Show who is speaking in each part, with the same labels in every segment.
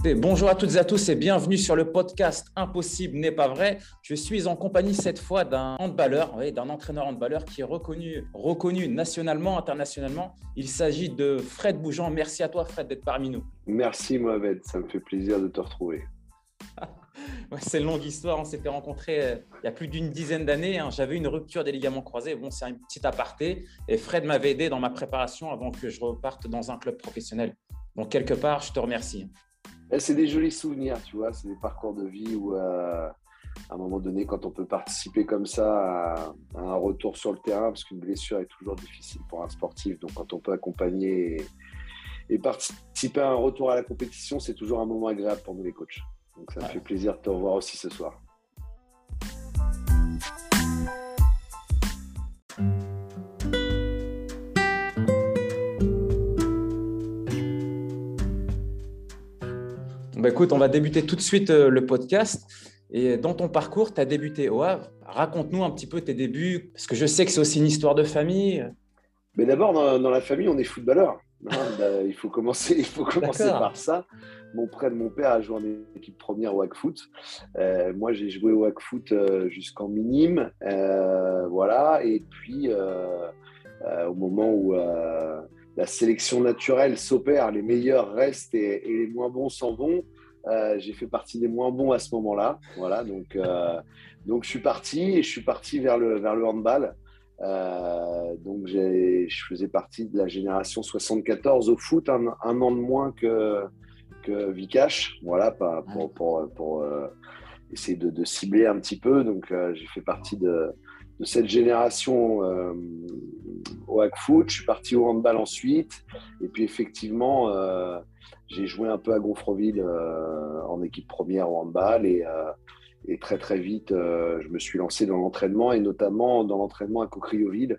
Speaker 1: Et bonjour à toutes et à tous et bienvenue sur le podcast Impossible n'est pas vrai. Je suis en compagnie cette fois d'un handballeur, oui, d'un entraîneur handballeur qui est reconnu nationalement, internationalement. Il s'agit de Fred Bougeant. Merci à toi Fred d'être parmi nous.
Speaker 2: Merci Mohamed, ça me fait plaisir de te retrouver.
Speaker 1: Ouais, c'est une longue histoire, on s'était rencontrés il y a plus d'une dizaine d'années. J'avais une rupture des ligaments croisés. Bon, c'est un petit aparté et Fred m'avait aidé dans ma préparation avant que je reparte dans un club professionnel. Donc quelque part, je te remercie.
Speaker 2: C'est des jolis souvenirs, tu vois, c'est des parcours de vie où à un moment donné, quand on peut participer comme ça à un retour sur le terrain, parce qu'une blessure est toujours difficile pour un sportif, donc quand on peut accompagner et participer à un retour à la compétition, c'est toujours un moment agréable pour nous les coachs. Donc ça me fait plaisir de te revoir aussi ce soir.
Speaker 1: Écoute, on va débuter tout de suite le podcast. Et dans ton parcours, tu as débuté au Havre. Raconte-nous un petit peu tes débuts, parce que je sais que c'est aussi une histoire de famille.
Speaker 2: Mais d'abord, dans la famille, on est footballeur. Il faut commencer par ça. Mon père a joué en équipe première au Hack-Foot. Moi, j'ai joué au Hack-Foot jusqu'en minime. Voilà. Et puis, au moment où la sélection naturelle s'opère, les meilleurs restent et les moins bons s'en vont. J'ai fait partie des moins bons à ce moment-là. Voilà, donc je suis parti vers le handball. Donc je faisais partie de la génération 74 au foot, un an de moins que Vikash. Voilà, pour essayer de cibler un petit peu. Donc j'ai fait partie de cette génération au Hack-Foot. Je suis parti au handball ensuite. Et puis effectivement, j'ai joué un peu à Gonfreville en équipe première au handball. Et très très vite, je me suis lancé dans l'entraînement et notamment dans l'entraînement à Cocrioville.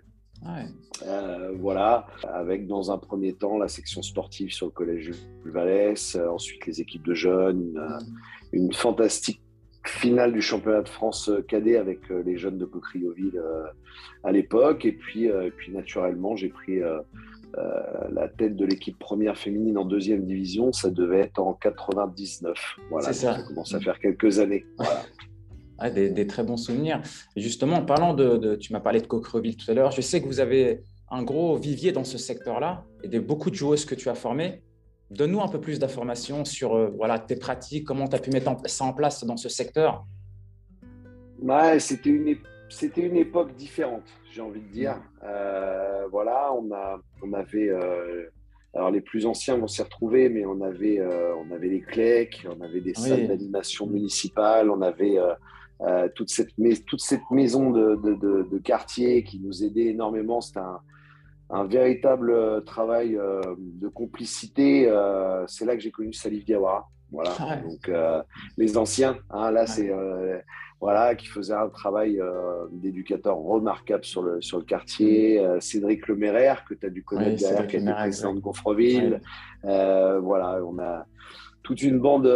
Speaker 2: Voilà, avec dans un premier temps la section sportive sur le collège Jules Vallès, ensuite les équipes de jeunes, une fantastique finale du championnat de France cadet avec les jeunes de Cocrioville à l'époque. Et puis naturellement, j'ai pris la tête de l'équipe première féminine en deuxième division. Ça devait être en 99. Voilà, ça commence à faire quelques années. Voilà.
Speaker 1: Des très bons souvenirs. Et justement, en parlant tu m'as parlé de Cocrioville tout à l'heure, je sais que vous avez un gros vivier dans ce secteur-là et beaucoup de joueuses que tu as formées. Donne-nous un peu plus d'informations sur tes pratiques, comment tu as pu mettre ça en place dans ce secteur.
Speaker 2: Ouais, c'était une époque différente, j'ai envie de dire. Voilà, on avait... alors les plus anciens vont s'y retrouver, mais on avait les CLEC, on avait des salles d'animation municipales, on avait toute cette maison de quartier qui nous aidait énormément. C'était un véritable travail de complicité. C'est là que j'ai connu Salif Diawara. Voilà. Donc les anciens, là c'est qui faisaient un travail d'éducateur remarquable sur le quartier. Cédric Leméraire, que tu as dû connaître derrière, qui était président de Gonfreville. Voilà, on a toute une bande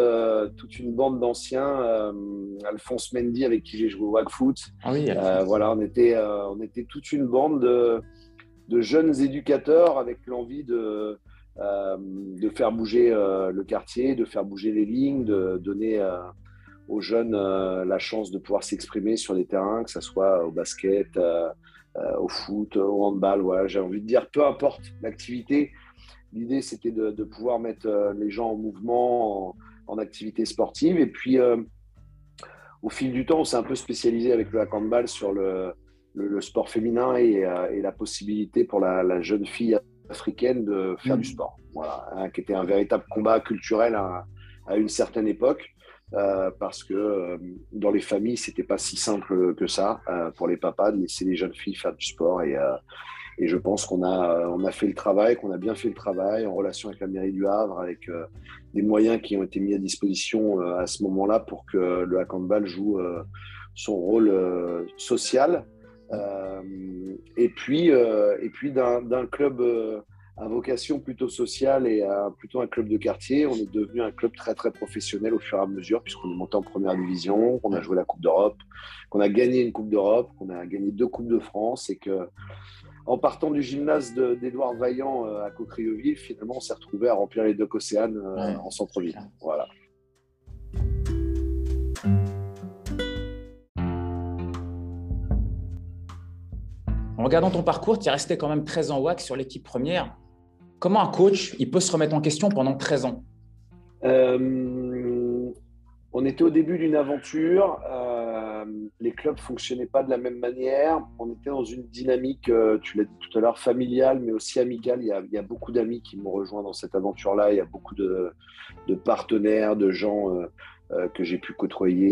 Speaker 2: d'anciens. Alphonse Mendy, avec qui j'ai joué au Hack-Foot. Voilà, on était toute une bande de jeunes éducateurs avec l'envie de faire bouger le quartier, de faire bouger les lignes, de donner aux jeunes la chance de pouvoir s'exprimer sur les terrains, que ce soit au basket, au foot, au handball. Voilà, j'ai envie de dire, peu importe l'activité, l'idée c'était de pouvoir mettre les gens en mouvement, en activité sportive. Et puis, au fil du temps, on s'est un peu spécialisé avec le handball sur le sport féminin et la possibilité pour la jeune fille africaine de faire du sport. Voilà, qui était un véritable combat culturel à une certaine époque. Parce que dans les familles, c'était pas si simple que ça pour les papas de laisser les jeunes filles faire du sport. Et je pense qu'on a fait le travail, qu'on a bien fait le travail en relation avec la mairie du Havre, avec des moyens qui ont été mis à disposition à ce moment-là pour que le handball joue son rôle social. Et puis d'un club à vocation plutôt sociale et plutôt un club de quartier, on est devenu un club très très professionnel au fur et à mesure, puisqu'on est monté en première division, qu'on a joué la Coupe d'Europe, qu'on a gagné une Coupe d'Europe, qu'on a gagné 2 Coupes de France, et que en partant du gymnase d'Édouard Vaillant à Cocrioville, finalement on s'est retrouvé à remplir les docks Océanes en centre-ville. Voilà.
Speaker 1: En regardant ton parcours, tu es resté quand même 13 ans WAC sur l'équipe première. Comment un coach il peut se remettre en question pendant 13 ans?
Speaker 2: On était au début d'une aventure. Les clubs ne fonctionnaient pas de la même manière. On était dans une dynamique, tu l'as dit tout à l'heure, familiale, mais aussi amicale. Il y a beaucoup d'amis qui m'ont rejoint dans cette aventure-là. Il y a beaucoup de partenaires, de gens que j'ai pu côtoyer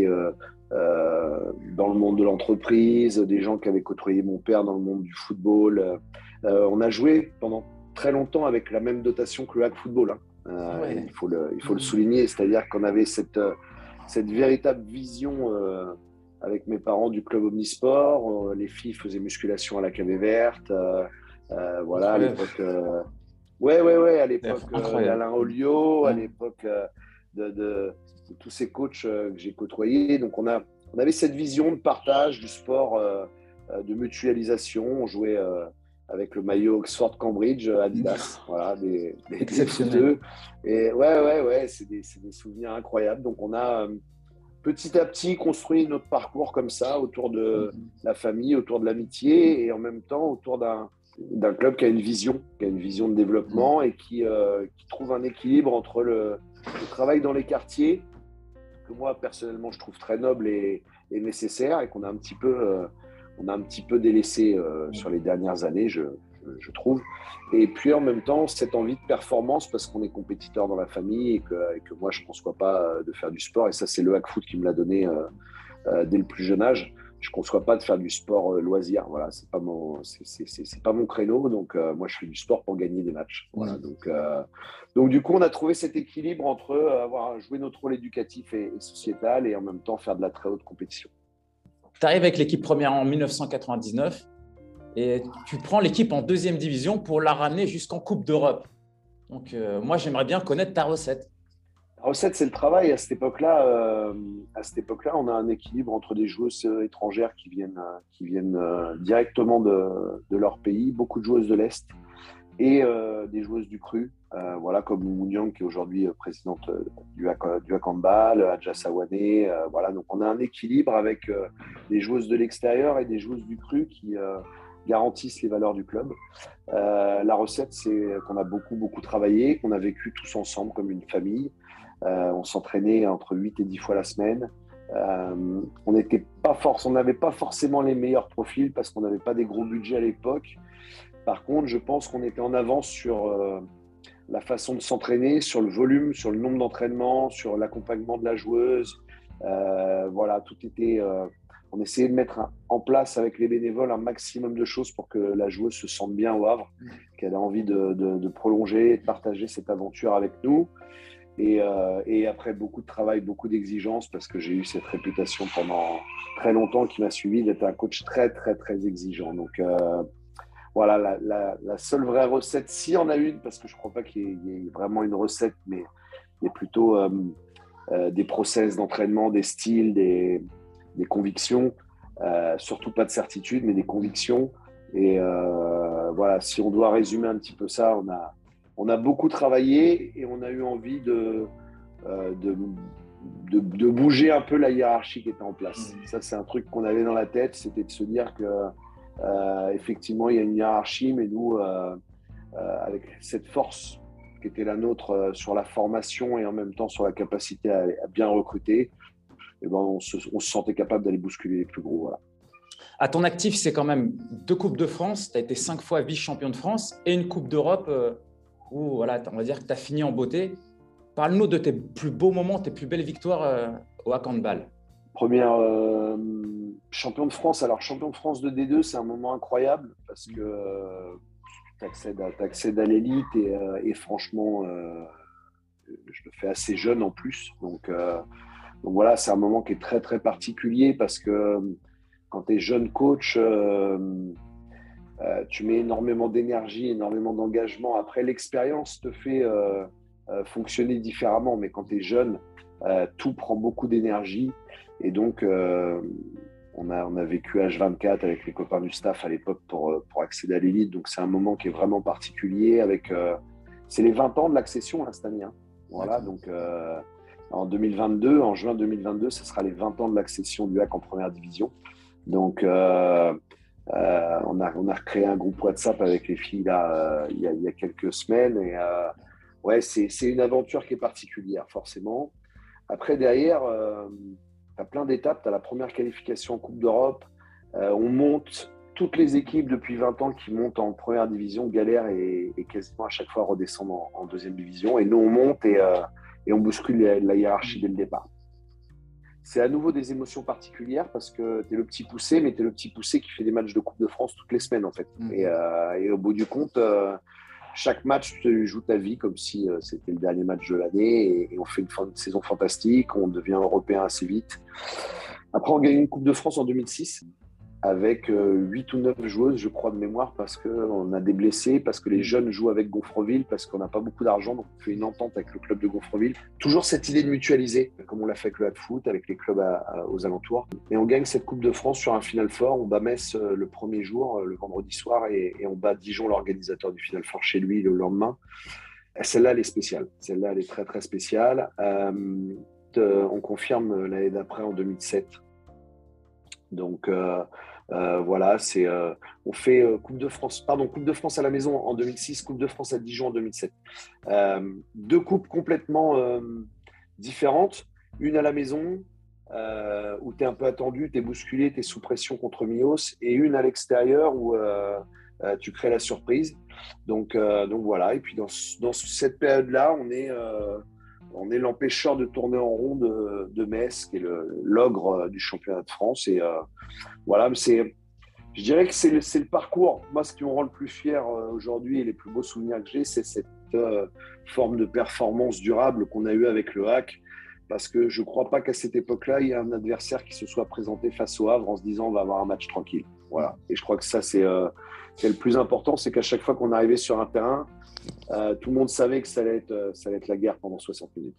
Speaker 2: dans le monde de l'entreprise, des gens qui avaient côtoyé mon père dans le monde du football. On a joué pendant très longtemps avec la même dotation que le hack football. Hein. Ouais. Il faut le souligner, c'est-à-dire qu'on avait cette véritable vision avec mes parents du club omnisport. Les filles faisaient musculation à la Cavée Verte. Voilà, à l'époque. À l'époque d'Alain Olliot, à l'époque de tous ces coachs que j'ai côtoyés. Donc, on avait cette vision de partage du sport, de mutualisation. On jouait avec le maillot Oxford-Cambridge, Adidas, voilà, des footeux. Et c'est des souvenirs incroyables. Donc, on a petit à petit construit notre parcours comme ça, autour de la famille, autour de l'amitié, et en même temps autour d'un club qui a une vision de développement et qui trouve un équilibre entre le travail dans les quartiers, que moi personnellement je trouve très noble et nécessaire, et qu'on a un petit peu délaissé sur les dernières années, je trouve. Et puis en même temps, cette envie de performance, parce qu'on est compétiteur dans la famille et que moi je ne conçois pas de faire du sport, et ça c'est le hack foot qui me l'a donné dès le plus jeune âge. Je ne conçois pas de faire du sport loisir, voilà, c'est pas mon créneau, donc moi je fais du sport pour gagner des matchs. Voilà, donc du coup on a trouvé cet équilibre entre avoir joué notre rôle éducatif et sociétal, et en même temps faire de la très haute compétition.
Speaker 1: Tu arrives avec l'équipe première en 1999 et tu prends l'équipe en deuxième division pour la ramener jusqu'en Coupe d'Europe. Donc moi j'aimerais bien connaître ta recette.
Speaker 2: La recette, c'est le travail. À cette époque-là, on a un équilibre entre des joueuses étrangères qui viennent directement de leur pays, beaucoup de joueuses de l'Est, et des joueuses du cru, voilà, comme Mouniang, qui est aujourd'hui présidente du hack handball, Adja Sawane. Voilà, donc on a un équilibre avec des joueuses de l'extérieur et des joueuses du cru qui garantissent les valeurs du club. La recette, c'est qu'on a beaucoup travaillé, qu'on a vécu tous ensemble comme une famille. On s'entraînait entre 8 et 10 fois la semaine. On n'avait pas forcément les meilleurs profils parce qu'on n'avait pas des gros budgets à l'époque. Par contre, je pense qu'on était en avance sur la façon de s'entraîner, sur le volume, sur le nombre d'entraînements, sur l'accompagnement de la joueuse. Voilà, tout était… on essayait de mettre en place avec les bénévoles un maximum de choses pour que la joueuse se sente bien au Havre, qu'elle a envie de prolonger, de partager cette aventure avec nous. Et après beaucoup de travail, beaucoup d'exigences, parce que j'ai eu cette réputation pendant très longtemps qui m'a suivi d'être un coach très exigeant. Donc voilà, la seule vraie recette, s'il y en a une, parce que je ne crois pas qu'il y ait vraiment une recette, mais il y a plutôt des process d'entraînement, des styles, des convictions, surtout pas de certitude, mais des convictions. Et voilà, si on doit résumer un petit peu ça, on a beaucoup travaillé et on a eu envie de bouger un peu la hiérarchie qui était en place. Ça, c'est un truc qu'on avait dans la tête, c'était de se dire que effectivement, il y a une hiérarchie, mais nous, avec cette force qui était la nôtre sur la formation et en même temps sur la capacité à bien recruter, et ben, on se sentait capable d'aller bousculer les plus gros. Voilà.
Speaker 1: À ton actif, c'est quand même 2 Coupes de France, tu as été 5 fois vice-champion de France et une Coupe d'Europe où voilà, on va dire que tu as fini en beauté. Parle-nous de tes plus beaux moments, tes plus belles victoires au hack handball.
Speaker 2: Première champion de France. Alors, champion de France de D2, c'est un moment incroyable parce que tu accèdes à l'élite et franchement, je le fais assez jeune en plus. Donc voilà, c'est un moment qui est très particulier parce que quand tu es jeune coach, tu mets énormément d'énergie, énormément d'engagement. Après, l'expérience te fait fonctionner différemment, mais quand tu es jeune, tout prend beaucoup d'énergie. Et donc, on a vécu H24 avec les copains du staff à l'époque pour accéder à l'élite. Donc, c'est un moment qui est vraiment particulier. C'est les 20 ans de l'accession là, cette année. Hein. Voilà, donc en juin 2022, ce sera les 20 ans de l'accession du hack en première division. Donc, On a recréé un groupe WhatsApp avec les filles là, il y a quelques semaines. Et ouais, c'est une aventure qui est particulière, forcément. Après, derrière, tu as plein d'étapes. Tu as la première qualification en Coupe d'Europe. On monte, toutes les équipes depuis 20 ans qui montent en première division galèrent et quasiment à chaque fois redescendent en deuxième division. Et nous, on monte et on bouscule la hiérarchie dès le départ. C'est à nouveau des émotions particulières parce que tu es le petit poussé, mais tu es le petit poussé qui fait des matchs de Coupe de France toutes les semaines, en fait. Et au bout du compte, chaque match, tu joues ta vie comme si c'était le dernier match de l'année et on fait une fin de saison fantastique, on devient européen assez vite. Après, on gagne une Coupe de France en 2006 avec 8 ou 9 joueuses, je crois, de mémoire, parce qu'on a des blessés, parce que les jeunes jouent avec Gonfreville, parce qu'on n'a pas beaucoup d'argent, donc on fait une entente avec le club de Gonfreville. Toujours cette idée de mutualiser, comme on l'a fait avec le Hack Foot, avec les clubs aux alentours. Et on gagne cette Coupe de France sur un Final Four. On bat Metz le premier jour, le vendredi soir, et on bat Dijon, l'organisateur du Final Four, chez lui le lendemain. Celle-là, elle est spéciale. Celle-là, elle est très, très spéciale. On confirme l'année d'après, en 2007. Donc, voilà, on fait Coupe de France à la maison en 2006, Coupe de France à Dijon en 2007. Deux coupes complètement différentes, une à la maison où tu es un peu attendu, tu es bousculé, tu es sous pression contre Mios, et une à l'extérieur où tu crées la surprise. Donc voilà, et puis dans cette période-là, on est l'empêcheur de tourner en rond de Metz, qui est l'ogre du championnat de France. Et voilà, je dirais que c'est le parcours. Moi, ce qui me rend le plus fier aujourd'hui et les plus beaux souvenirs que j'ai, c'est cette forme de performance durable qu'on a eue avec le Hack. Parce que je ne crois pas qu'à cette époque-là, il y ait un adversaire qui se soit présenté face au Havre en se disant on va avoir un match tranquille. Voilà. Et je crois que ça, c'est le plus important, c'est qu'à chaque fois qu'on arrivait sur un terrain, tout le monde savait que ça allait être la guerre pendant 60 minutes.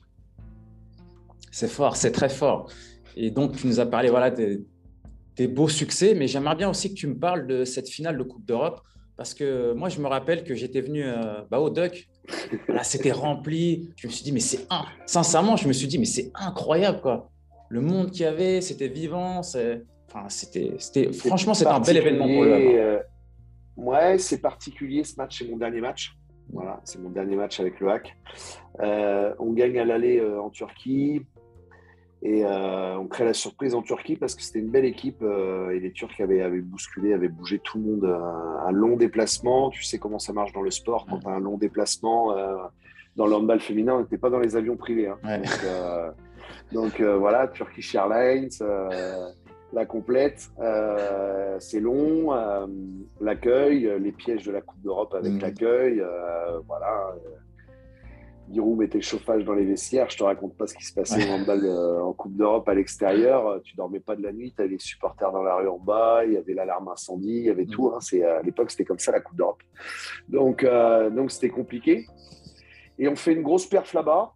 Speaker 1: C'est fort, c'est très fort. Et donc, tu nous as parlé des beaux succès, mais j'aimerais bien aussi que tu me parles de cette finale de Coupe d'Europe, parce que moi, je me rappelle que j'étais venu au Duck. Là, c'était rempli. Je me suis dit, sincèrement, je me suis dit, mais c'est incroyable, quoi. Le monde qu'il y avait, c'était vivant. Franchement, c'était un bel événement pour le Havre.
Speaker 2: Ouais, c'est particulier ce match, c'est mon dernier match. Voilà, c'est mon dernier match avec le Hack. On gagne à l'aller en Turquie et on crée la surprise en Turquie parce que c'était une belle équipe et les Turcs avaient bousculé, avaient bougé tout le monde. Un long déplacement, tu sais comment ça marche dans le sport quand tu as un long déplacement. Dans le handball féminin, on n'était pas dans les avions privés. Hein.
Speaker 1: Ouais.
Speaker 2: Donc voilà, Turkish Airlines. La complète, c'est long, l'accueil, les pièges de la Coupe d'Europe avec l'accueil, voilà. Giroud mettait le chauffage dans les vestiaires, je te raconte pas ce qui se passait en Coupe d'Europe à l'extérieur, tu dormais pas de la nuit, tu avais les supporters dans la rue en bas, il y avait l'alarme incendie, il y avait tout, hein. À l'époque c'était comme ça la Coupe d'Europe. Donc c'était compliqué. Et on fait une grosse perf là-bas,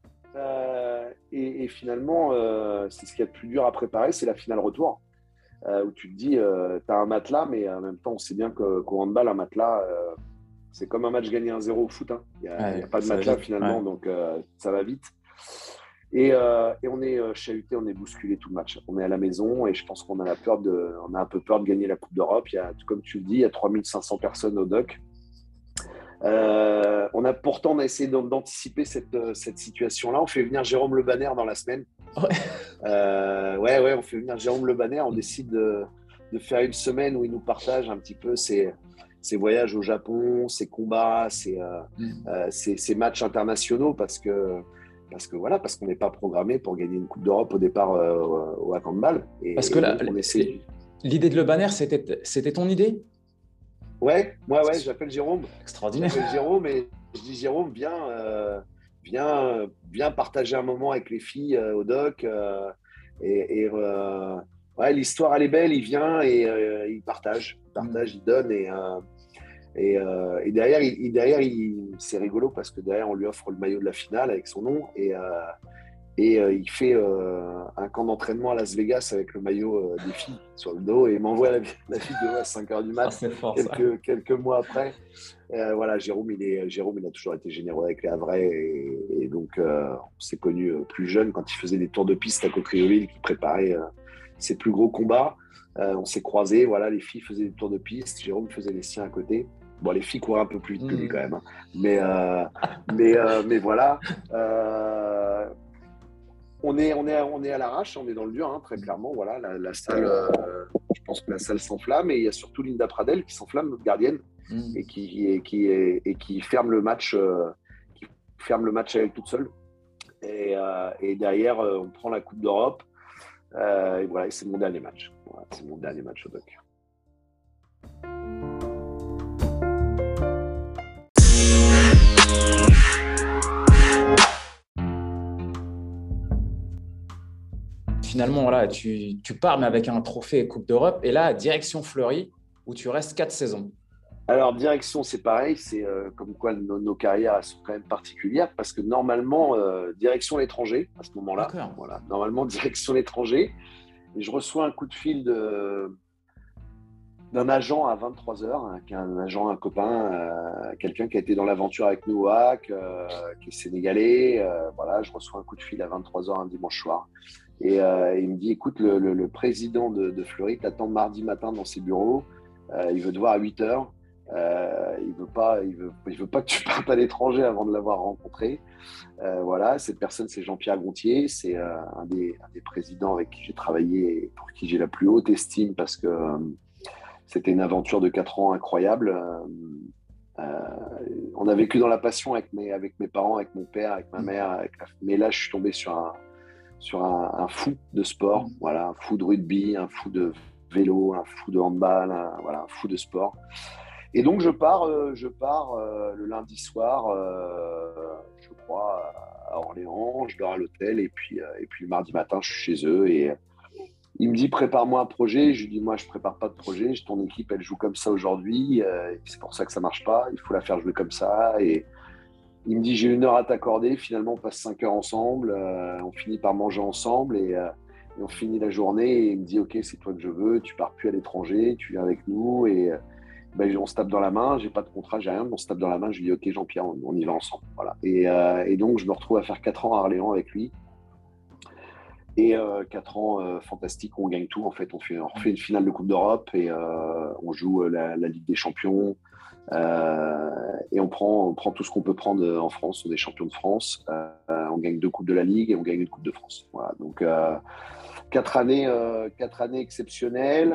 Speaker 2: et finalement, c'est ce qu'il y a de plus dur à préparer, c'est la finale retour. Où tu te dis, tu as un matelas, mais en même temps, on sait bien qu'au handball, un matelas, c'est comme un match gagné 1-0 au foot. Hein. Il n'y a pas de matelas finalement, donc ça va vite. Et on est chahuté, on est bousculé tout le match. On est à la maison et je pense qu'on a un peu peur de gagner la Coupe d'Europe. Comme tu le dis, il y a 3500 personnes au Duck. On a essayé d'anticiper cette situation-là. On fait venir Jérôme Le Banner dans la semaine. On fait venir Jérôme Le Banner. On décide de faire une semaine où il nous partage un petit peu ses voyages au Japon, ses combats, ses matchs internationaux parce qu'on n'est pas programmé pour gagner une Coupe d'Europe au départ au handball.
Speaker 1: Parce que l'idée de Le Banner, c'était ton idée?
Speaker 2: Ouais, j'appelle Jérôme.
Speaker 1: Extraordinaire.
Speaker 2: J'appelle Jérôme et je dis Jérôme, viens partager un moment avec les filles au Doc. L'histoire elle est belle, il vient et il partage, il donne et derrière, c'est rigolo parce que derrière on lui offre le maillot de la finale avec son nom et il fait un camp d'entraînement à Las Vegas avec le maillot des filles sur le dos et il m'envoie la vidéo à 5h du mat, quelques mois après. Jérôme, il a toujours été généreux avec les Havrais et donc on s'est connus plus jeune quand il faisait des tours de piste à Coqueriville qui préparait ses plus gros combats. On s'est croisés, voilà, les filles faisaient des tours de piste, Jérôme faisait les siens à côté. Bon, les filles couraient un peu plus vite que lui quand même, hein. Mais voilà. On est à l'arrache, on est dans le dur, hein, très clairement. Voilà, la salle, je pense que la salle s'enflamme, et il y a surtout Linda Pradel qui s'enflamme, notre gardienne, et qui ferme le match, à elle toute seule. Et derrière, on prend la Coupe d'Europe. Et voilà, c'est mon dernier match. Voilà, c'est mon dernier match au Doc.
Speaker 1: Finalement, voilà, tu pars, mais avec un trophée Coupe d'Europe. Et là, direction Fleury, où tu restes 4 saisons.
Speaker 2: Alors, direction, c'est pareil. C'est comme quoi nos carrières sont quand même particulières, parce que normalement, direction l'étranger, à ce moment-là. Voilà, normalement, direction l'étranger. Et je reçois un coup de fil d'un agent à 23h, un copain, quelqu'un qui a été dans l'aventure avec nous au HAC, qui est sénégalais. Voilà, je reçois un coup de fil à 23h un dimanche soir. Et il me dit, écoute, le président de Fleury t'attend mardi matin dans ses bureaux. Il veut te voir à 8h. Il veut pas que tu partes à l'étranger avant de l'avoir rencontré. Voilà, cette personne, c'est Jean-Pierre Gontier. C'est un des présidents avec qui j'ai travaillé et pour qui j'ai la plus haute estime, parce que c'était une aventure de 4 ans incroyable. On a vécu dans la passion avec mes parents, avec mon père, avec ma mère. Mais là, je suis tombé sur un fou de sport, voilà, un fou de rugby, un fou de vélo, un fou de handball, un fou de sport. Et donc, je pars le lundi soir, je crois, à Orléans. Je dors à l'hôtel, et puis le mardi matin, je suis chez eux. Et il me dit, prépare-moi un projet. Je lui dis, moi, je prépare pas de projet. Ton équipe, elle joue comme ça aujourd'hui. C'est pour ça que ça marche pas. Il faut la faire jouer comme ça. Et il me dit, j'ai 1 heure à t'accorder. Finalement, on passe 5 heures ensemble. On finit par manger ensemble, et on finit la journée. Et il me dit, OK, c'est toi que je veux. Tu pars plus à l'étranger. Tu viens avec nous. Et on se tape dans la main. J'ai pas de contrat, j'ai rien. On se tape dans la main. Je lui dis, OK, Jean-Pierre, on y va ensemble. Voilà. Et donc, je me retrouve à faire 4 ans à Orléans avec lui. Et 4 ans fantastiques, où on gagne tout. En fait, on refait une finale de Coupe d'Europe, et on joue la Ligue des Champions. Et on prend tout ce qu'on peut prendre en France. On est champion de France. On gagne 2 Coupes de la Ligue, et on gagne une Coupe de France. Voilà. Donc, 4 années exceptionnelles.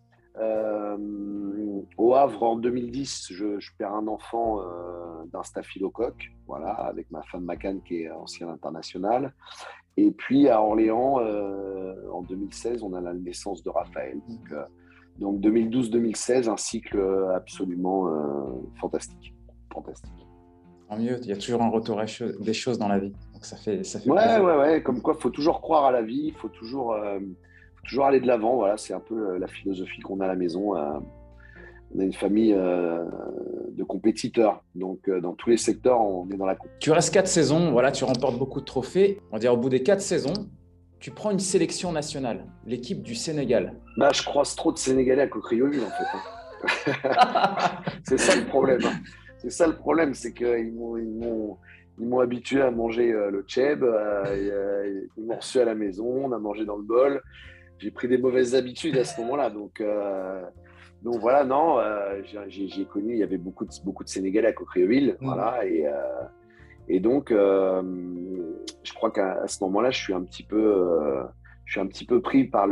Speaker 2: Au Havre, en 2010, je perds un enfant d'un staphylocoque, voilà, avec ma femme Macan, qui est ancienne internationale. Et puis à Orléans, en 2016, on a la naissance de Raphaël. Donc 2012-2016, un cycle absolument fantastique.
Speaker 1: Tant mieux, il y a toujours un retour des choses dans la vie. Donc ça fait
Speaker 2: plaisir. Ouais. Comme quoi, il faut toujours croire à la vie, il faut toujours aller de l'avant. Voilà, c'est un peu la philosophie qu'on a à la maison. On a une famille de compétiteurs. Donc, dans tous les secteurs, on est dans la compétition.
Speaker 1: Tu restes 4 saisons, voilà, tu remportes beaucoup de trophées. On va dire, au bout des 4 saisons, tu prends une sélection nationale, l'équipe du Sénégal.
Speaker 2: Je croise trop de Sénégalais à Cocrioli, en fait. C'est ça le problème. C'est ça le problème, c'est qu'ils m'ont habitué à manger le tchèb. Ils m'ont reçu à la maison, on a mangé dans le bol. J'ai pris des mauvaises habitudes à ce moment-là. Donc voilà, non, j'ai connu, il y avait beaucoup de Sénégalais à Cocrioville, voilà, et donc je crois qu'à ce moment-là, je suis un petit peu pris par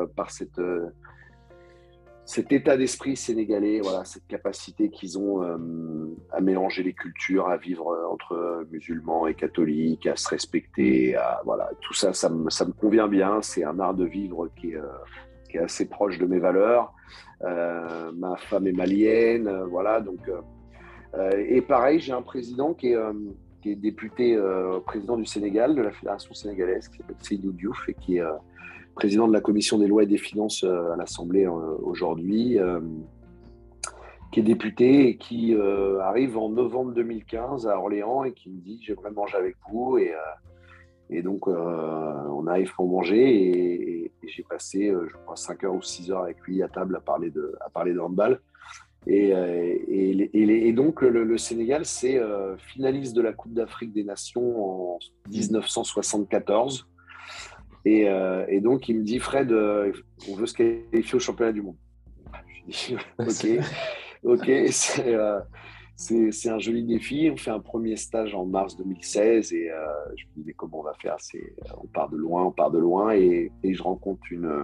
Speaker 2: cet état d'esprit sénégalais, voilà, cette capacité qu'ils ont à mélanger les cultures, à vivre entre musulmans et catholiques, à se respecter, voilà, tout ça, ça me convient bien. C'est un art de vivre qui est assez proche de mes valeurs. Ma femme est malienne, voilà, donc et pareil, j'ai un président qui est député président du Sénégal, de la Fédération sénégalaise, qui s'appelle Seydou Diouf, et qui est président de la commission des lois et des finances à l'Assemblée aujourd'hui, qui est député et qui arrive en novembre 2015 à Orléans et qui me dit, j'aimerais manger avec vous, et donc on arrive pour manger, et j'ai passé je crois 5 heures ou 6 heures avec lui à table à parler de handball. Et donc le Sénégal, c'est finaliste de la Coupe d'Afrique des Nations en 1974. Et donc, il me dit, Fred, on veut se qualifier au championnat du monde. Je dis, ok, c'est un joli défi. On fait un premier stage en mars 2016 et je me dis, mais comment on va faire? On part de loin et je rencontre une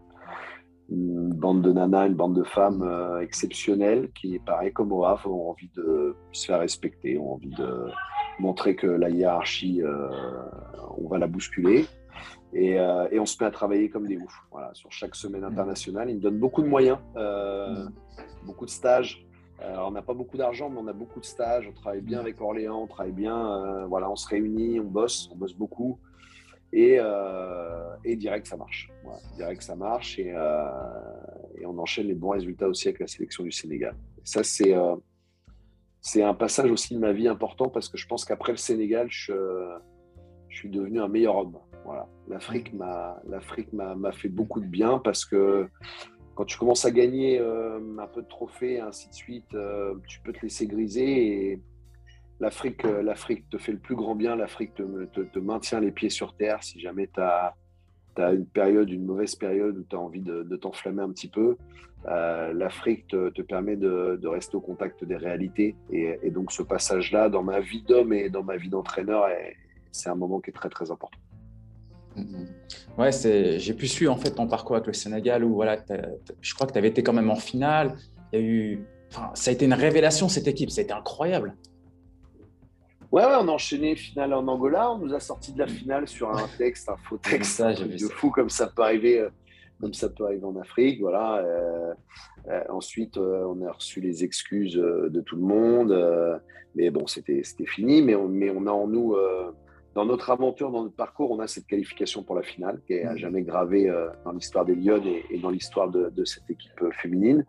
Speaker 2: bande de nanas, une bande de femmes exceptionnelles qui, pareil comme au Havre, ont envie de se faire respecter, ont envie de montrer que la hiérarchie, on va la bousculer. Et on se met à travailler comme des oufs. Voilà, sur chaque semaine internationale, ils me donnent beaucoup de moyens, beaucoup de stages. On n'a pas beaucoup d'argent, mais on a beaucoup de stages. On travaille bien avec Orléans, on travaille bien. Voilà, on se réunit, on bosse beaucoup. Et direct, ça marche. Voilà, direct, ça marche. Et on enchaîne les bons résultats aussi avec la sélection du Sénégal. Et ça, c'est un passage aussi de ma vie important parce que je pense qu'après le Sénégal, je suis devenu un meilleur homme. Voilà. L'Afrique m'a fait beaucoup de bien parce que quand tu commences à gagner un peu de trophées, ainsi de suite, tu peux te laisser griser et l'Afrique te fait le plus grand bien. L'Afrique te maintient les pieds sur terre si jamais tu as une mauvaise période où tu as envie de t'enflammer un petit peu. L'Afrique te permet de rester au contact des réalités. Et donc ce passage-là, dans ma vie d'homme et dans ma vie d'entraîneur, c'est un moment qui est très, très important.
Speaker 1: Ouais, j'ai pu suivre en fait ton parcours avec le Sénégal où voilà, je crois que tu avais été quand même en finale. Ça a été une révélation cette équipe, ça a été incroyable.
Speaker 2: Ouais, on a enchaîné finale en Angola. On nous a sorti de la finale sur un faux texte, un truc de fou comme ça peut arriver en Afrique. Voilà. Ensuite, on a reçu les excuses de tout le monde. Mais bon, c'était fini. Mais on a en nous, dans notre aventure, dans notre parcours, on a cette qualification pour la finale qui est à jamais gravée dans l'histoire des Lions et dans l'histoire de cette équipe féminine.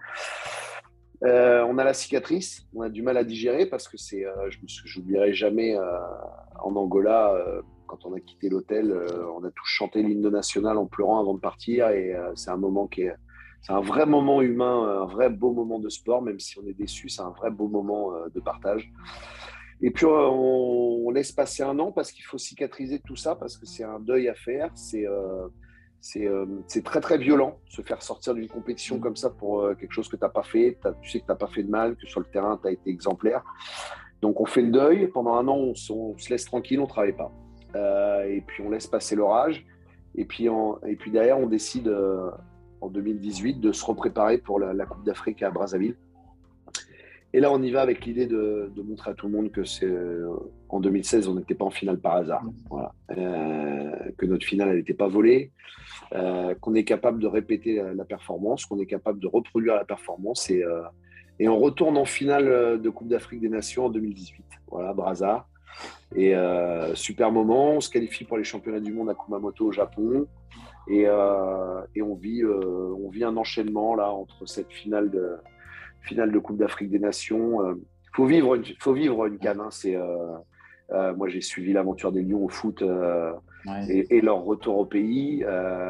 Speaker 2: On a la cicatrice, on a du mal à digérer parce que je n'oublierai jamais en Angola, quand on a quitté l'hôtel, on a tous chanté l'hymne national en pleurant avant de partir et c'est un moment c'est un vrai moment humain, un vrai beau moment de sport, même si on est déçu, c'est un vrai beau moment de partage. Et puis on laisse passer un an parce qu'il faut cicatriser tout ça, parce que c'est un deuil à faire, c'est très très violent se faire sortir d'une compétition comme ça pour quelque chose que tu n'as pas fait. Tu sais que tu n'as pas fait de mal, que sur le terrain tu as été exemplaire. Donc on fait le deuil. Pendant un an, on se laisse tranquille, on ne travaille pas. Et puis on laisse passer l'orage. Et puis derrière, on décide en 2018 de se repréparer pour la Coupe d'Afrique à Brazzaville. Et là, on y va avec l'idée de montrer à tout le monde que en 2016, on n'était pas en finale par hasard. Voilà. Que notre finale, elle n'était pas volée. Qu'on est capable de répéter la performance, qu'on est capable de reproduire la performance. Et on retourne en finale de Coupe d'Afrique des Nations en 2018. Voilà, Brazza. Et super moment. On se qualifie pour les championnats du monde à Kumamoto au Japon. Et on vit un enchaînement là, entre cette finale de Coupe d'Afrique des Nations. Faut vivre une CAN. Hein. Moi, j'ai suivi l'aventure des Lions au foot et leur retour au pays.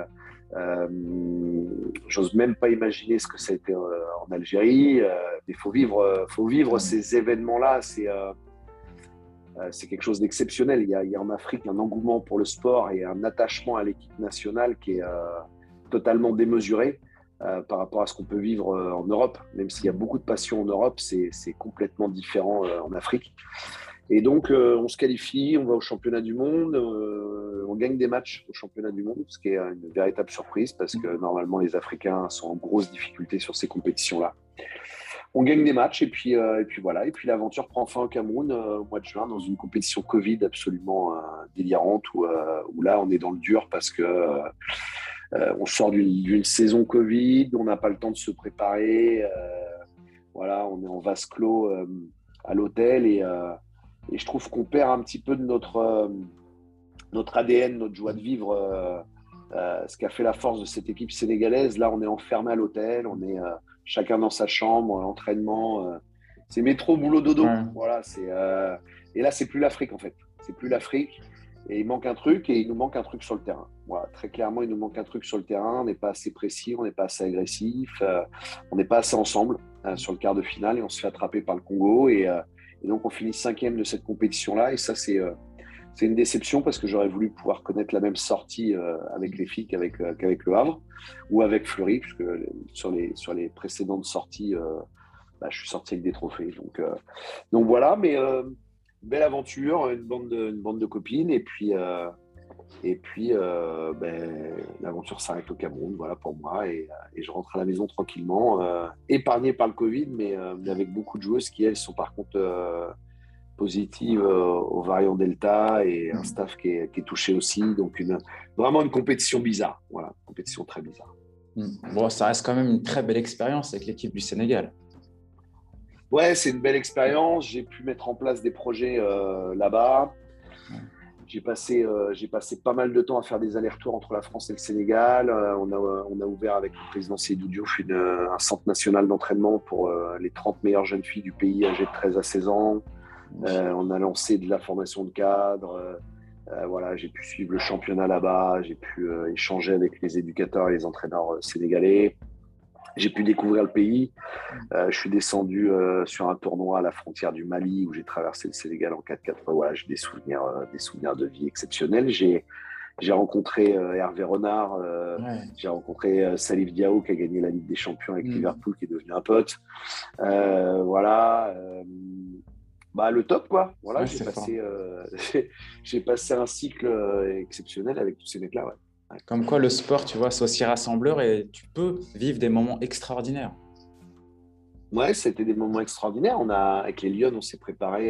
Speaker 2: J'ose même pas imaginer ce que ça a été en Algérie. Mais faut vivre ces événements-là. C'est quelque chose d'exceptionnel. Il y a en Afrique un engouement pour le sport et un attachement à l'équipe nationale qui est totalement démesuré. Par rapport à ce qu'on peut vivre en Europe, même s'il y a beaucoup de passion en Europe, c'est complètement différent en Afrique. Et donc, on se qualifie, on va au championnat du monde, on gagne des matchs au championnat du monde, ce qui est une véritable surprise parce que normalement, les Africains sont en grosse difficulté sur ces compétitions-là. On gagne des matchs et puis voilà. Et puis l'aventure prend fin au Cameroun au mois de juin dans une compétition Covid absolument délirante où là, on est dans le dur parce que on sort d'une saison Covid, on n'a pas le temps de se préparer. Voilà, on est en vase clos à l'hôtel et je trouve qu'on perd un petit peu de notre ADN, notre joie de vivre, ce qui a fait la force de cette équipe sénégalaise. Là, on est enfermé à l'hôtel, on est chacun dans sa chambre, entraînement. C'est métro, boulot, dodo. Ouais. Voilà, et là, c'est plus l'Afrique en fait. C'est plus l'Afrique. Et il manque un truc, et il nous manque un truc sur le terrain. Voilà, très clairement, il nous manque un truc sur le terrain. On n'est pas assez précis, on n'est pas assez agressif, on n'est pas assez ensemble sur le quart de finale, et on se fait attraper par le Congo. Et donc, on finit 5e de cette compétition-là. Et ça, c'est une déception parce que j'aurais voulu pouvoir connaître la même sortie avec les filles qu'avec Le Havre ou avec Fleury, puisque sur les précédentes sorties, je suis sorti avec des trophées. Donc voilà, mais belle aventure, une bande de copines. Et puis l'aventure s'arrête au Cameroun, voilà pour moi. Et je rentre à la maison tranquillement, épargné par le Covid, mais avec beaucoup de joueuses qui, elles, sont par contre positives au variant Delta et un staff qui est touché aussi. Donc, vraiment une compétition bizarre. Voilà, une compétition très bizarre.
Speaker 1: Bon, ça reste quand même une très belle expérience avec l'équipe du Sénégal.
Speaker 2: Ouais, c'est une belle expérience. J'ai pu mettre en place des projets là-bas. J'ai passé pas mal de temps à faire des allers-retours entre la France et le Sénégal. On a ouvert avec le président Seydou Diouf un centre national d'entraînement pour les 30 meilleures jeunes filles du pays âgées de 13 à 16 ans. On a lancé de la formation de cadre. Voilà, j'ai pu suivre le championnat là-bas. J'ai pu échanger avec les éducateurs et les entraîneurs sénégalais. J'ai pu découvrir le pays. Je suis descendu sur un tournoi à la frontière du Mali où j'ai traversé le Sénégal en 4x4. Voilà, j'ai des souvenirs de vie exceptionnels. J'ai rencontré Hervé Renard, j'ai rencontré Salif Diao qui a gagné la Ligue des Champions avec Liverpool, qui est devenu un pote. Voilà. Le top, quoi. Voilà, j'ai passé un cycle exceptionnel avec tous ces mecs-là, ouais.
Speaker 1: Comme quoi, le sport, tu vois, c'est aussi rassembleur et tu peux vivre des moments extraordinaires.
Speaker 2: Ouais, c'était des moments extraordinaires. Avec les Lyonnes, on s'est préparé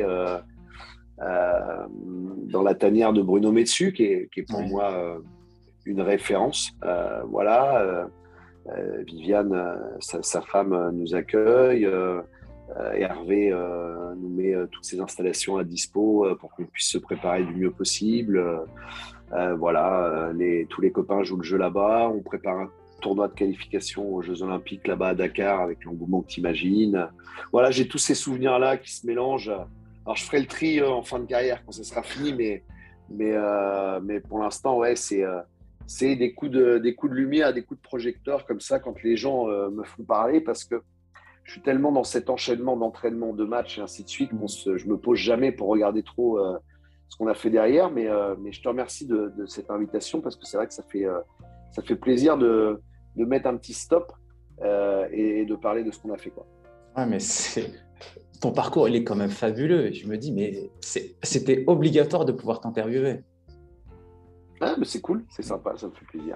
Speaker 2: dans la tanière de Bruno Metsu, qui est pour moi une référence. Voilà. Viviane, sa femme, nous accueille. Hervé nous met toutes ses installations à dispo pour qu'on puisse se préparer du mieux possible. Voilà, tous les copains jouent le jeu là-bas. On prépare un tournoi de qualification aux Jeux Olympiques là-bas à Dakar avec l'engouement que tu imagines. Voilà, j'ai tous ces souvenirs-là qui se mélangent. Alors, je ferai le tri en fin de carrière quand ça sera fini, mais pour l'instant, ouais, c'est des coups de lumière, des coups de projecteur comme ça quand les gens me font parler, parce que je suis tellement dans cet enchaînement d'entraînement, de matchs et ainsi de suite je me pose jamais pour regarder trop ce qu'on a fait derrière, mais je te remercie de cette invitation, parce que c'est vrai que ça fait plaisir de mettre un petit stop et de parler de ce qu'on a fait, quoi.
Speaker 1: Ouais, mais ton parcours, il est quand même fabuleux. Je me dis, mais c'était obligatoire de pouvoir t'interviewer.
Speaker 2: Ah, mais c'est cool, c'est sympa, ça me fait plaisir.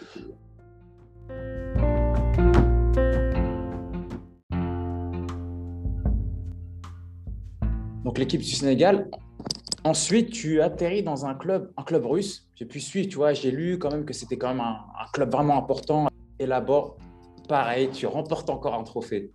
Speaker 1: Donc, l'équipe du Sénégal. Ensuite, tu atterris dans un club russe. J'ai pu suivre, tu vois, j'ai lu quand même que c'était quand même un club vraiment important. Et là-bas, pareil, tu remportes encore un trophée.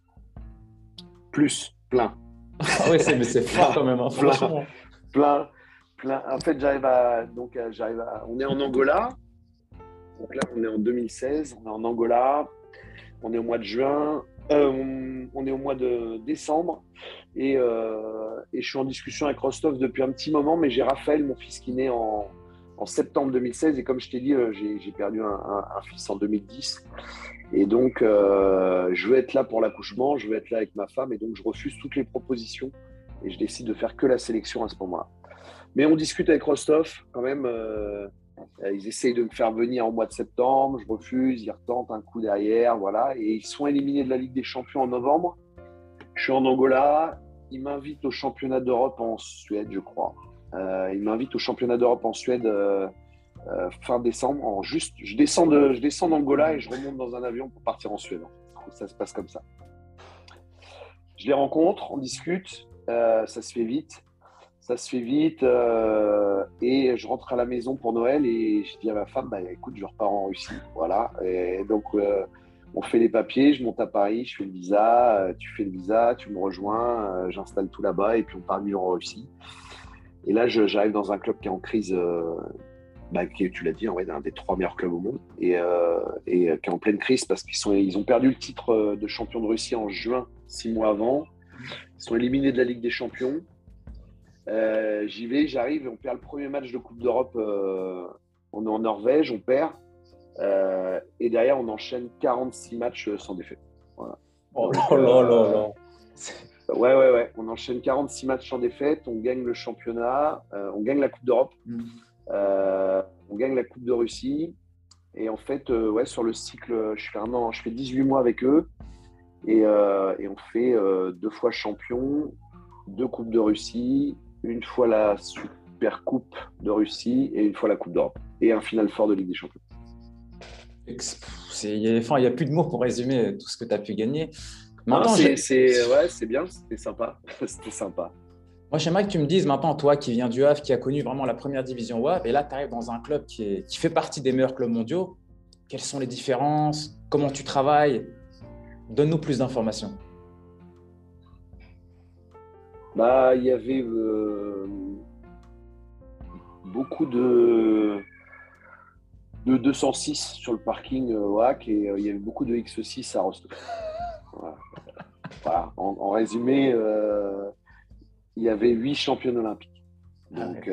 Speaker 2: Plein.
Speaker 1: Ah oui, mais c'est fort quand même, hein, franchement.
Speaker 2: Plein. En fait, on est en Angola. Donc là, on est en 2016. On est en Angola. On est au mois de juin. On est au mois de décembre. Et je suis en discussion avec Rostov depuis un petit moment, mais j'ai Raphaël, mon fils, qui naît en septembre 2016. Et comme je t'ai dit, j'ai perdu un fils en 2010. Et donc, je veux être là pour l'accouchement, je veux être là avec ma femme. Et donc, je refuse toutes les propositions. Et je décide de faire que la sélection à ce moment-là. Mais on discute avec Rostov quand même. Ils essayent de me faire venir en mois de septembre. Je refuse, ils retentent un coup derrière. Voilà. Et ils sont éliminés de la Ligue des Champions en novembre. Je suis en Angola. Ils m'invitent au championnat d'Europe en Suède, je crois. Ils m'invitent au championnat d'Europe en Suède fin décembre. Je descends d'Angola et je remonte dans un avion pour partir en Suède. Ça se passe comme ça. Je les rencontre, on discute. Ça se fait vite. Et je rentre à la maison pour Noël et je dis à ma femme, écoute, je repars en Russie. Voilà. Et donc, on fait les papiers, je monte à Paris, je fais le visa, tu fais le visa, tu me rejoins, j'installe tout là-bas et puis on part vivre en Russie. Et là, j'arrive dans un club qui est en crise, qui est, tu l'as dit, un des 3 meilleurs clubs au monde et qui est en pleine crise parce qu'ils ont perdu le titre de champion de Russie en juin, 6 mois avant. Ils sont éliminés de la Ligue des Champions. J'arrive et on perd le premier match de Coupe d'Europe. On est en Norvège, on perd. Et derrière, on enchaîne 46 matchs sans défaite. Voilà.
Speaker 1: Oh là là là là.
Speaker 2: Ouais. On enchaîne 46 matchs sans défaite, on gagne le championnat, on gagne la Coupe d'Europe, on gagne la Coupe de Russie. Et en fait, sur le cycle, je fais 18 mois avec eux et on fait 2 fois champion, 2 Coupes de Russie, une fois la Super Coupe de Russie et une fois la Coupe d'Europe et un Final Four de Ligue des Champions.
Speaker 1: Il n'y a plus de mots pour résumer tout ce que tu as pu gagner.
Speaker 2: C'est bien, c'était sympa. C'était sympa.
Speaker 1: Moi, j'aimerais que tu me dises maintenant, toi qui viens du Havre, qui a connu vraiment la première division au Havre, et là, tu arrives dans un club qui fait partie des meilleurs clubs mondiaux. Quelles sont les différences? Comment tu travailles? Donne-nous plus d'informations.
Speaker 2: Il y avait beaucoup de 206 sur le parking WAC et il y avait beaucoup de X6 à Rostov. Voilà. En résumé, il y avait 8 championnes olympiques. Donc,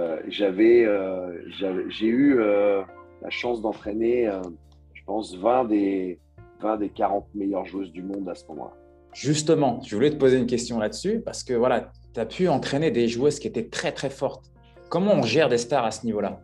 Speaker 2: j'ai eu la chance d'entraîner, je pense, 20 des 40 meilleures joueuses du monde à ce moment-là.
Speaker 1: Justement, je voulais te poser une question là-dessus parce que voilà, tu as pu entraîner des joueuses qui étaient très, très fortes. Comment on gère des stars à ce niveau-là?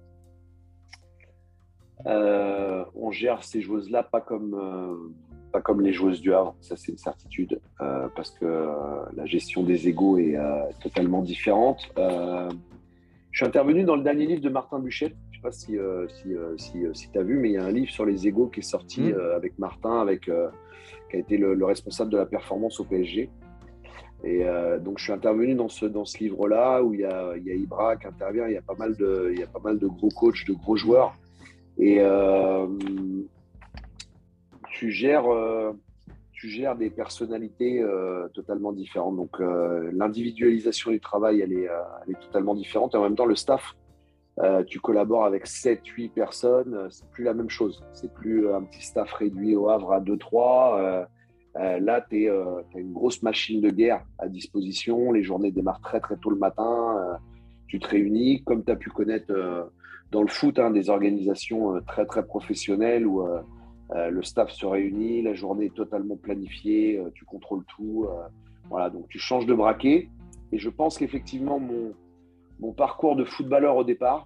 Speaker 2: On gère ces joueuses-là pas comme les joueuses du Havre, ça c'est une certitude, parce que la gestion des égos est totalement différente. Je suis intervenu dans le dernier livre de Martin Buchette, je ne sais pas si tu as vu, mais il y a un livre sur les égos qui est sorti avec Martin, qui a été le responsable de la performance au PSG. Et donc je suis intervenu dans ce livre-là où il y a Ibra qui intervient, il y a pas mal de gros coachs, de gros joueurs. Et tu gères des personnalités totalement différentes. Donc, l'individualisation du travail, elle est totalement différente. Et en même temps, le staff, tu collabores avec 7, 8 personnes, c'est plus la même chose. C'est plus un petit staff réduit au Havre à 2, 3. Là, tu as une grosse machine de guerre à disposition. Les journées démarrent très, très tôt le matin. Tu te réunis, comme tu as pu connaître dans le foot, des organisations très, très professionnelles où le staff se réunit, la journée est totalement planifiée, tu contrôles tout. Voilà, donc tu changes de braquet. Et je pense qu'effectivement, mon parcours de footballeur au départ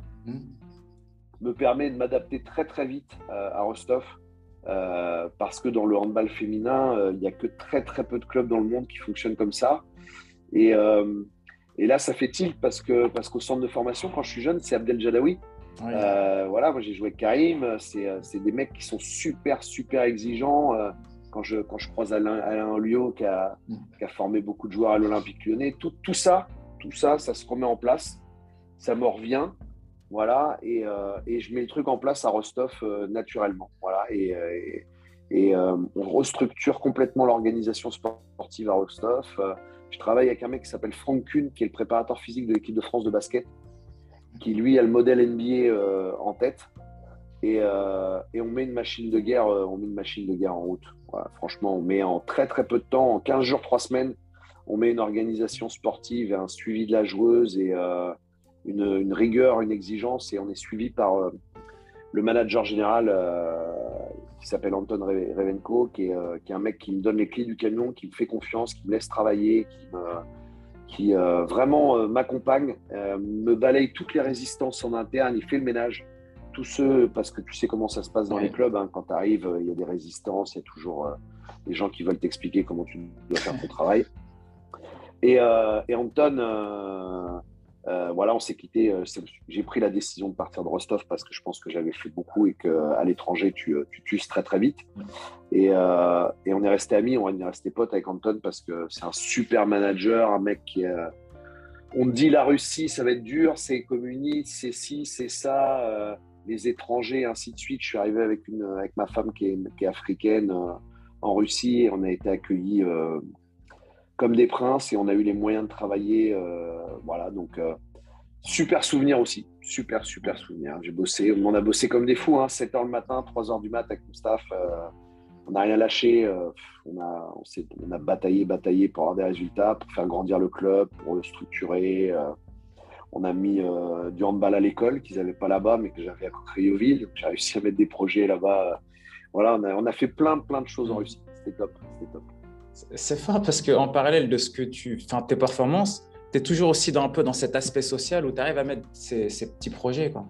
Speaker 2: me permet de m'adapter très, très vite à Rostov. Parce que dans le handball féminin, il n'y a que très, très peu de clubs dans le monde qui fonctionnent comme ça. Et là, ça fait tilt parce qu'au centre de formation, quand je suis jeune, c'est Abdel Jadaoui. Oui. Moi j'ai joué avec Karim, c'est des mecs qui sont super, super exigeants. Quand je croise Alain Liot qui a formé beaucoup de joueurs à l'Olympique Lyonnais, tout ça, ça se remet en place, ça me revient. Voilà, et je mets le truc en place à Rostov naturellement. Voilà, et on restructure complètement l'organisation sportive à Rostov. Je travaille avec un mec qui s'appelle Franck Kuhn, qui est le préparateur physique de l'équipe de France de basket, qui lui a le modèle NBA en tête. Et on met une machine de guerre, en route. Voilà, franchement, on met en très très peu de temps, en 15 jours, 3 semaines, on met une organisation sportive et un suivi de la joueuse et une rigueur, une exigence, et on est suivi par le manager général qui s'appelle Anton Revenko, qui est un mec qui me donne les clés du camion, qui me fait confiance, qui me laisse travailler, qui vraiment m'accompagne, me balaye toutes les résistances en interne, il fait le ménage. Tous ceux, parce que tu sais comment ça se passe dans les clubs, quand tu arrives, il y a des résistances, il y a toujours des gens qui veulent t'expliquer comment tu dois faire ton travail. Et Anton, on s'est quitté. J'ai pris la décision de partir de Rostov parce que je pense que j'avais fait beaucoup et qu'à l'étranger, tu t'uses très très vite. Et on est resté amis, on est resté potes avec Anton parce que c'est un super manager, un mec qui on me dit la Russie, ça va être dur, c'est communiste, c'est ci, c'est ça, les étrangers, ainsi de suite. Je suis arrivé avec ma femme qui est africaine en Russie et on a été accueillis comme des princes et on a eu les moyens de travailler. Voilà, donc super souvenir aussi. Super, super souvenir. On a bossé comme des fous, 7h le matin, 3h du mat avec mon staff. On n'a rien lâché. On a bataillé pour avoir des résultats, pour faire grandir le club, pour le structurer. On a mis du handball à l'école qu'ils n'avaient pas là-bas, mais que j'avais à Crayoville. J'ai réussi à mettre des projets là-bas. Voilà, on a fait plein de choses en Russie. C'était top.
Speaker 1: C'est fort parce qu'en parallèle de tes performances, tu es toujours aussi un peu dans cet aspect social où tu arrives à mettre ces petits projets, quoi.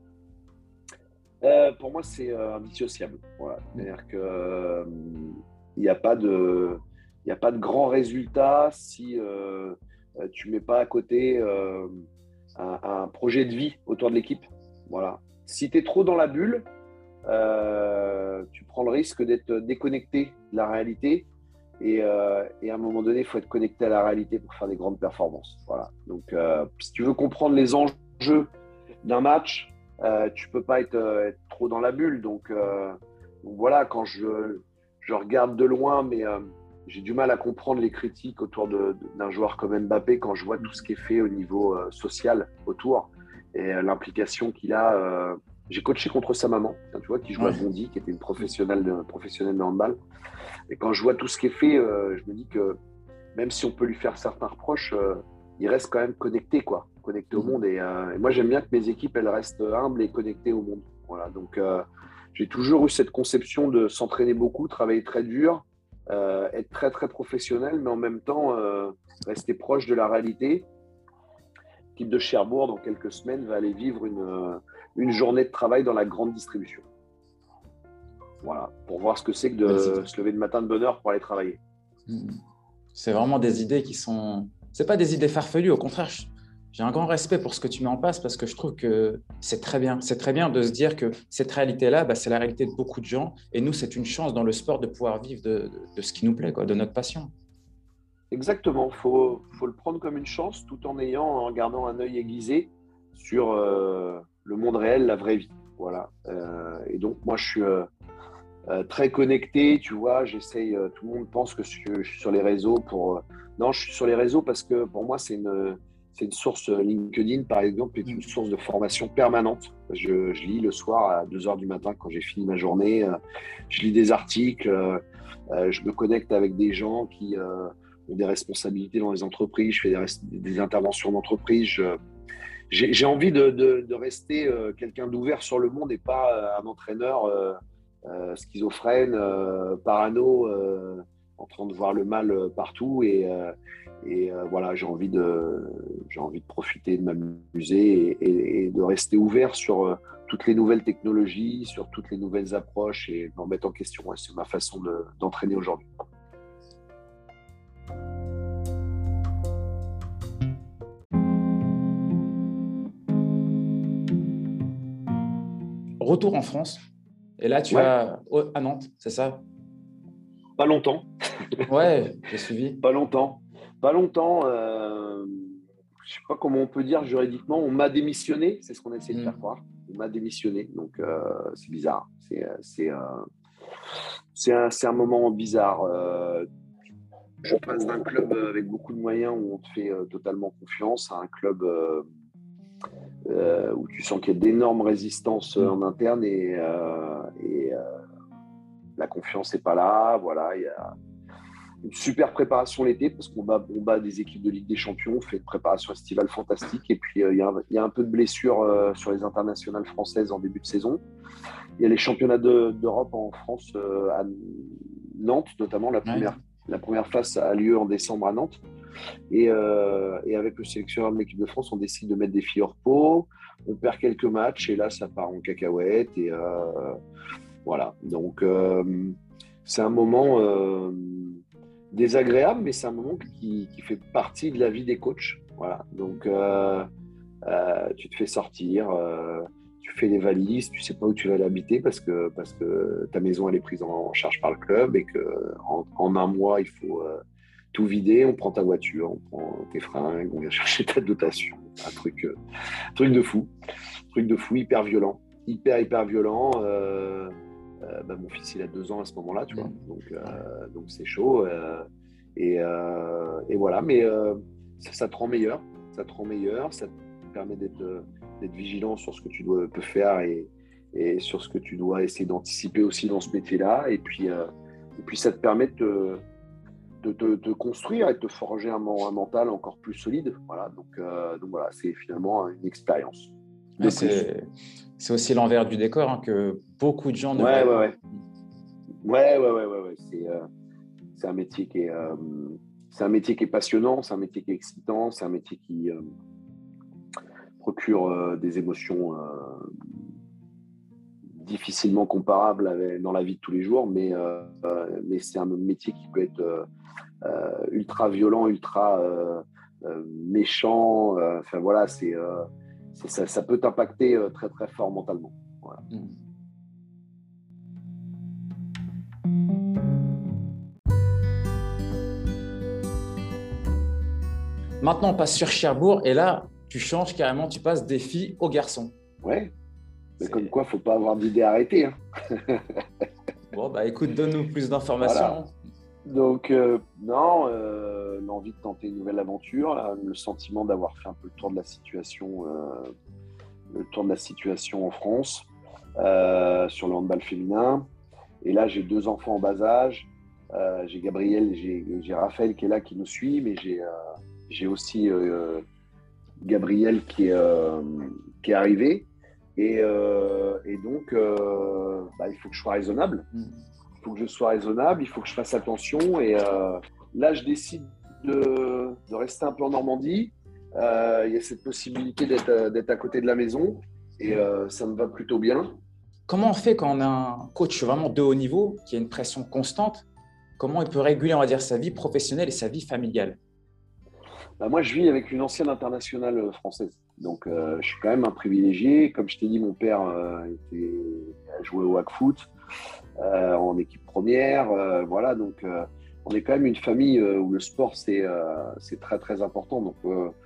Speaker 2: Pour moi, c'est indissociable. Voilà. C'est-à-dire que il n'y a pas de grand résultat si tu ne mets pas à côté un projet de vie autour de l'équipe. Voilà. Si tu es trop dans la bulle, tu prends le risque d'être déconnecté de la réalité. Et à un moment donné, il faut être connecté à la réalité pour faire des grandes performances. Voilà. Donc, si tu veux comprendre les enjeux d'un match, tu peux pas être trop dans la bulle. Donc voilà, quand je regarde de loin, mais j'ai du mal à comprendre les critiques autour d'un joueur comme Mbappé quand je vois tout ce qui est fait au niveau social autour et l'implication qu'il a. J'ai coaché contre sa maman, tu vois, qui joue à Bondy, qui était une professionnelle de handball. Et quand je vois tout ce qui est fait, je me dis que même si on peut lui faire certains reproches, il reste quand même connecté au monde. Et moi, j'aime bien que mes équipes, elles restent humbles et connectées au monde. Voilà. Donc, j'ai toujours eu cette conception de s'entraîner beaucoup, travailler très dur, être très, très professionnel, mais en même temps, rester proche de la réalité. L'équipe de Cherbourg, dans quelques semaines, va aller vivre une journée de travail dans la grande distribution. Voilà, pour voir ce que c'est que de se lever le matin de bonne heure pour aller travailler.
Speaker 1: C'est vraiment des idées qui sont… C'est pas des idées farfelues, au contraire, j'ai un grand respect pour ce que tu mets en place parce que je trouve que c'est très bien. C'est très bien de se dire que cette réalité-là, c'est la réalité de beaucoup de gens. Et nous, c'est une chance dans le sport de pouvoir vivre de ce qui nous plaît, de notre passion.
Speaker 2: Exactement, faut le prendre comme une chance tout en gardant un œil aiguisé sur le monde réel, la vraie vie. Voilà. Et donc, moi, je suis très connecté, tu vois, j'essaye, tout le monde pense que je suis sur les réseaux non, je suis sur les réseaux parce que pour moi, c'est une source LinkedIn, par exemple, est une source de formation permanente. Je lis le soir à 2 heures du matin quand j'ai fini ma journée, je lis des articles, je me connecte avec des gens qui ont des responsabilités dans les entreprises, je fais des interventions d'entreprise. J'ai envie de rester quelqu'un d'ouvert sur le monde et pas un entraîneur schizophrène, parano, en train de voir le mal partout. Et voilà, j'ai envie de profiter, de m'amuser et de rester ouvert sur toutes les nouvelles technologies, sur toutes les nouvelles approches et m'en mettre en question. Ouais, c'est ma façon d'entraîner aujourd'hui.
Speaker 1: Retour en France. Et là, tu vas à Nantes, c'est ça?
Speaker 2: Pas longtemps.
Speaker 1: Ouais, j'ai suivi.
Speaker 2: Pas longtemps. Pas longtemps. Je sais pas comment on peut dire juridiquement. On m'a démissionné. C'est ce qu'on essaie de faire croire. On m'a démissionné. Donc, c'est bizarre. C'est un moment bizarre. Je passe d'un club avec beaucoup de moyens où on te fait totalement confiance à un club où tu sens qu'il y a d'énormes résistances en interne et la confiance n'est pas là. Voilà, il y a une super préparation l'été parce qu'on bat des équipes de Ligue des Champions, on fait une préparation estivale fantastique et puis il y a un peu de blessures sur les internationales françaises en début de saison. Il y a les championnats d'Europe en France à Nantes, notamment la première phase a lieu en décembre à Nantes. Et avec le sélectionneur de l'équipe de France, on décide de mettre des filles hors pot. On perd quelques matchs et là, ça part en cacahuète. Et voilà. Donc, c'est un moment désagréable, mais c'est un moment qui fait partie de la vie des coachs. Voilà. Donc, tu te fais sortir, tu fais des valises, tu sais pas où tu vas l'habiter parce que ta maison elle est prise en charge par le club et que en un mois il faut tout vider. On prend ta voiture, on prend tes fringues, on vient chercher ta dotation. Un truc de fou, hyper violent, hyper violent. Mon fils il a 2 ans à ce moment-là, tu vois, donc c'est chaud et voilà, mais ça te rend meilleur, ça te permet d'être vigilant sur ce que tu peux faire et sur ce que tu dois essayer d'anticiper aussi dans ce métier-là, et puis ça te permet de te construire et de te forger un mental encore plus solide. Voilà, donc voilà, c'est finalement une expérience.
Speaker 1: C'est aussi l'envers du décor que beaucoup de gens ne
Speaker 2: voient
Speaker 1: pas.
Speaker 2: Ouais. c'est un métier qui est, passionnant, c'est un métier qui est excitant, c'est un métier qui procure des émotions difficilement comparables dans la vie de tous les jours, mais c'est un métier qui peut être ultra violent, ultra méchant. Enfin voilà, ça peut t'impacter très très fort mentalement. Voilà.
Speaker 1: Maintenant, on passe sur Cherbourg et là, tu changes carrément, tu passes des filles aux garçons.
Speaker 2: Ouais, mais comme quoi, il ne faut pas avoir d'idée arrêtée. Hein.
Speaker 1: Bon, bah écoute, donne-nous plus d'informations.
Speaker 2: Voilà. Donc, non, l'envie de tenter une nouvelle aventure, là, le sentiment d'avoir fait un peu le tour de la situation en France sur le handball féminin. Et là, j'ai 2 enfants en bas âge. J'ai Gabriel et j'ai Raphaël qui est là, qui nous suit, mais j'ai aussi Gabriel qui est arrivé. Et donc, il faut que je sois raisonnable. Il faut que je sois raisonnable, il faut que je fasse attention. Et là, je décide de rester un peu en Normandie. Il y a cette possibilité d'être à côté de la maison. Et ça me va plutôt bien.
Speaker 1: Comment on fait quand on a un coach vraiment de haut niveau, qui a une pression constante? Comment il peut réguler, on va dire, sa vie professionnelle et sa vie familiale?
Speaker 2: Moi, je vis avec une ancienne internationale française. Donc, je suis quand même un privilégié. Comme je t'ai dit, mon père a joué au hack-foot en équipe première. Voilà, donc on est quand même une famille où le sport, c'est très, très important. Donc,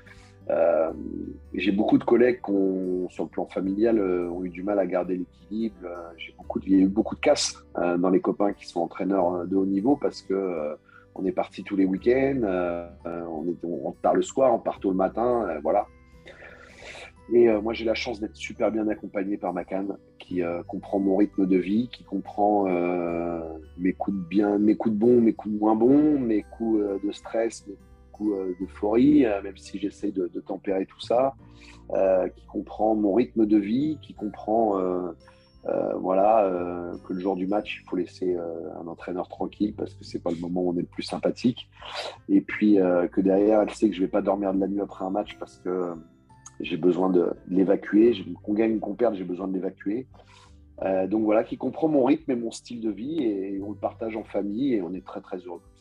Speaker 2: j'ai beaucoup de collègues qui, sur le plan familial, ont eu du mal à garder l'équilibre. Il y a eu beaucoup de casses dans les copains qui sont entraîneurs de haut niveau parce que on est parti tous les week-ends, on rentre tard le soir, on part tôt le matin, voilà. Et moi, j'ai la chance d'être super bien accompagné par ma canne qui comprend mon rythme de vie, qui comprend mes coups de bons, mes coups de moins bons, mes coups de stress, mes coups d'euphorie, même si j'essaie de tempérer tout ça, qui comprend mon rythme de vie, qui comprend que le jour du match, il faut laisser un entraîneur tranquille parce que c'est pas le moment où on est le plus sympathique. Et puis que derrière, elle sait que je vais pas dormir de la nuit après un match parce que j'ai besoin de l'évacuer. Qu'on gagne ou qu'on perde, j'ai besoin de l'évacuer. Donc voilà, qui comprend mon rythme et mon style de vie et on le partage en famille et on est très très heureux.